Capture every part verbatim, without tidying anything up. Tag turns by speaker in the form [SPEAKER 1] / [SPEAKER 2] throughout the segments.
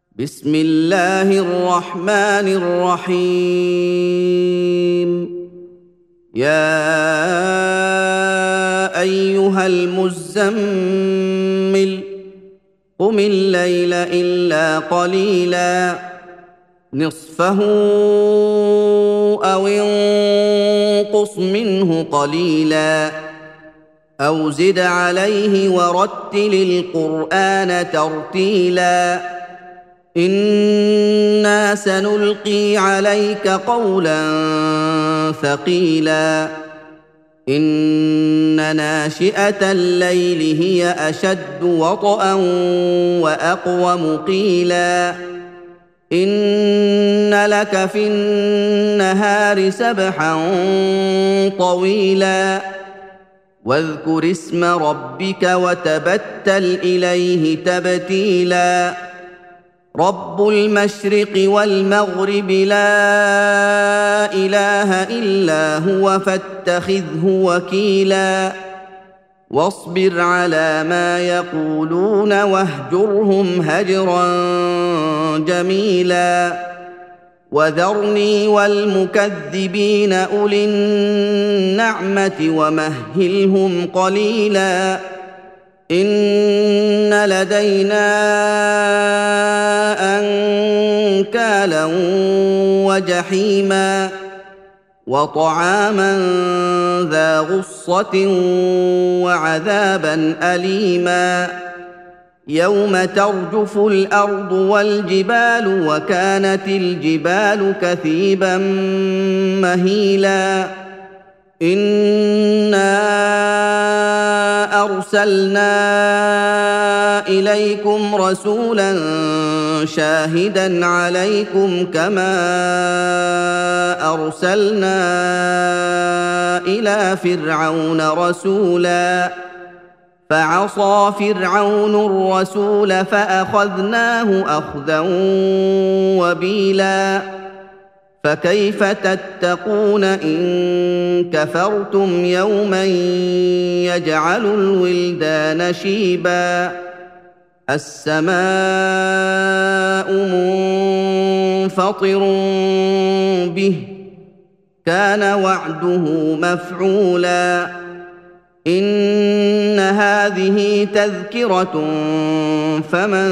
[SPEAKER 1] بسم الله الرحمن الرحيم. يا أيها المزمل قم الليل إلا قليلا نصفه أو انقص منه قليلا أو زد عليه ورتل القرآن ترتيلا إنا سنلقي عليك قولا ثقيلا إن ناشئة الليل هي أشد وطئا وأقوم قيلا إن لك في النهار سبحا طويلا واذكر اسم ربك وتبتل إليه تبتيلا رب المشرق والمغرب لا إله إلا هو فاتخذه وكيلا واصبر على ما يقولون واهجرهم هجرا جميلا وذرني والمكذبين أولي النعمة ومهلهم قليلا إن لدينا أنكالا وجحيما وطعاما ذا غصة وعذابا أليما يوم ترجف الأرض والجبال وكانت الجبال كثيبا مهيلا إنا أرسلنا إليكم رسولا شاهدا عليكم كما أرسلنا إلى فرعون رسولا فعصى فرعون الرسول فأخذناه أخذا وبيلا فكيف تتقون إن كفرتم يوما يجعل الولدان شيبا السماء منفطر به كان وعده مفعولا إن هذه تذكرة فمن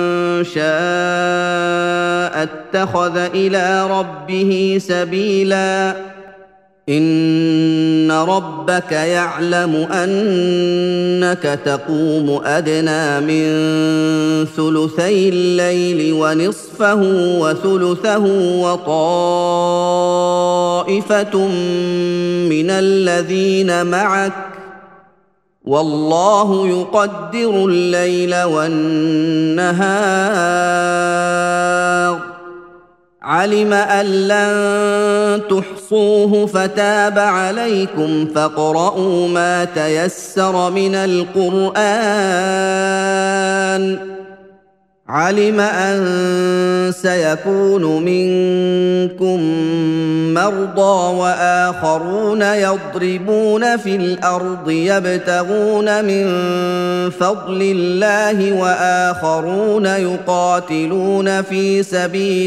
[SPEAKER 1] شاء اتخذ إلى ربه سبيلا إن ربك يعلم أنك تقوم أدنى من ثلثي الليل ونصفه وثلثه وطائفة من الذين معك والله يقدر الليل والنهار علم أن لن تحصوه فتاب عليكم فاقرؤوا ما تيسر من القرآن علم أن سيكون منكم مرضى وآخرون يضربون في الأرض يبتغون من فضل الله وآخرون يقاتلون في سبيل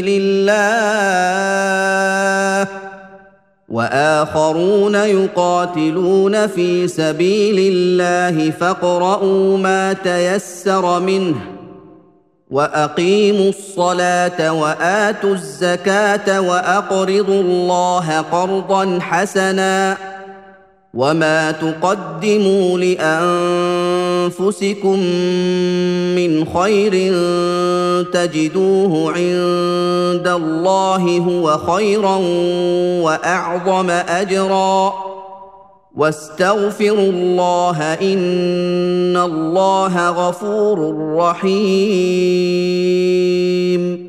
[SPEAKER 1] الله وآخرون يقاتلون في سبيل الله فاقرؤوا ما تيسر منه وأقيموا الصلاة وآتوا الزكاة وأقرضوا الله قرضا حسنا وما تقدموا لأنفسكم من خير تجدوه عند الله هو خيرا وأعظم أجرا واستغفروا الله إن الله غفور رحيم